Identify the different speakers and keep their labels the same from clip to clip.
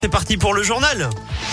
Speaker 1: C'est parti pour le journal.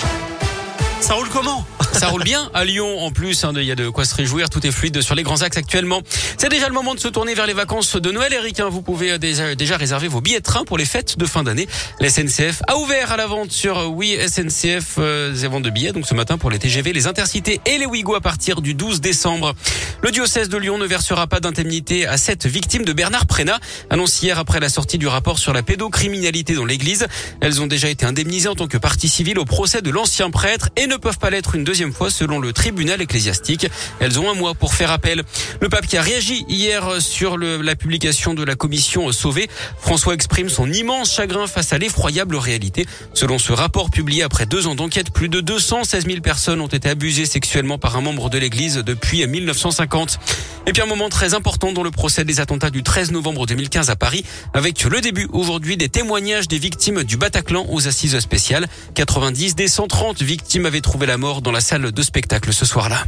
Speaker 1: Ça roule comment ?
Speaker 2: Ça roule bien à Lyon en plus, il y a de quoi se réjouir, tout est fluide sur les grands axes actuellement. C'est déjà le moment de se tourner vers les vacances de Noël, Eric. Vous pouvez déjà réserver vos billets de train pour les fêtes de fin d'année. La SNCF a ouvert à la vente sur Oui SNCF des ventes de billets, donc ce matin pour les TGV, les Intercités et les Ouigo à partir du 12 décembre. Le diocèse de Lyon ne versera pas d'indemnité à 7 victimes de Bernard Prénat, annoncé hier après la sortie du rapport sur la pédocriminalité dans l'église. Elles ont déjà été indemnisées en tant que partie civile au procès de l'ancien prêtre et ne peuvent pas l'être une deuxième fois selon le tribunal ecclésiastique. Elles ont un mois pour faire appel. Le pape qui a réagi hier sur la publication de la commission Sauvé, François exprime son immense chagrin face à l'effroyable réalité. Selon ce rapport publié après 2 ans d'enquête, plus de 216 000 personnes ont été abusées sexuellement par un membre de l'église depuis 1950. Et puis un moment très important dans le procès des attentats du 13 novembre 2015 à Paris, avec le début aujourd'hui des témoignages des victimes du Bataclan aux assises spéciales. 90 des 130 victimes avaient trouvé la mort dans la salle de spectacle ce soir-là.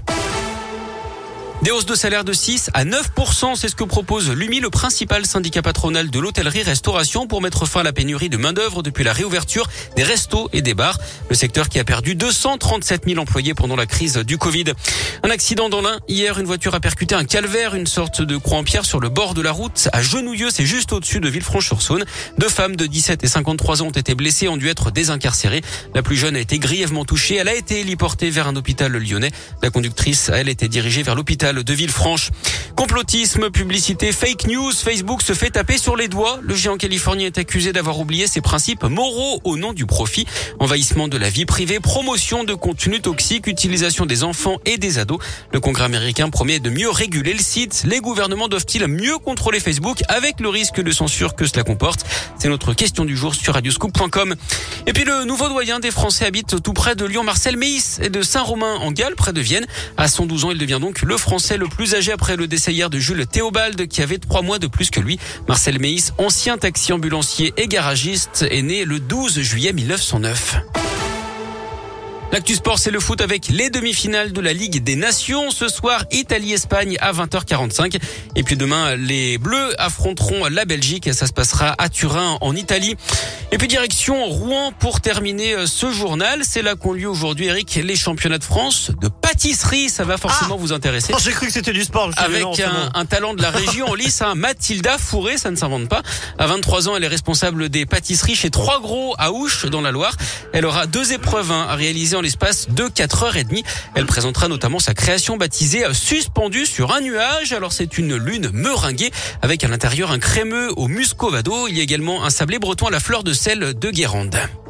Speaker 2: Des hausses de salaire de 6 à 9%, c'est ce que propose l'UMI, le principal syndicat patronal de l'hôtellerie-restauration, pour mettre fin à la pénurie de main-d'œuvre depuis la réouverture des restos et des bars. Le secteur qui a perdu 237 000 employés pendant la crise du Covid. Un accident dans l'Ain. Hier, une voiture a percuté un calvaire, une sorte de croix en pierre sur le bord de la route à Genouilleux, c'est juste au-dessus de Villefranche-sur-Saône. 2 femmes de 17 et 53 ans ont été blessées et ont dû être désincarcérées. La plus jeune a été grièvement touchée. Elle a été héliportée vers un hôpital lyonnais. La conductrice, elle, était dirigée vers l'hôpital de Villefranche. Complotisme, publicité, fake news, Facebook se fait taper sur les doigts. Le géant californien est accusé d'avoir oublié ses principes moraux au nom du profit. Envahissement de la vie privée, promotion de contenus toxiques, utilisation des enfants et des ados. Le Congrès américain promet de mieux réguler le site. Les gouvernements doivent-ils mieux contrôler Facebook avec le risque de censure que cela comporte? C'est notre question du jour sur radioscoop.com. Et puis le nouveau doyen des Français habite tout près de Lyon. Marcel Meis est de Saint-Romain-en-Galles, près de Vienne. À 112 ans, il devient donc le Français le plus âgé après le décès hier de Jules Théobald, qui avait 3 mois de plus que lui. Marcel Meis, ancien taxi ambulancier et garagiste, est né le 12 juillet 1909. L'actu sport, c'est le foot avec les demi-finales de la Ligue des Nations. Ce soir, Italie-Espagne à 20h45. Et puis demain, les Bleus affronteront la Belgique. Ça se passera à Turin, en Italie. Et puis direction Rouen pour terminer ce journal. C'est là qu'ont lieu aujourd'hui, Eric, les championnats de France de pâtisserie. Ça va forcément vous intéresser.
Speaker 1: Oh, j'ai cru que c'était du sport.
Speaker 2: Avec un talent de la région en lice, Mathilda Fourré, ça ne s'invente pas. À 23 ans, elle est responsable des pâtisseries chez Trois Gros à Ouche, dans la Loire. Elle aura 2 épreuves à réaliser en l'espace de 4h30. Elle présentera notamment sa création baptisée Suspendue sur un nuage. Alors c'est une lune meringuée avec à l'intérieur un crémeux au muscovado. Il y a également un sablé breton à la fleur de sel de Guérande.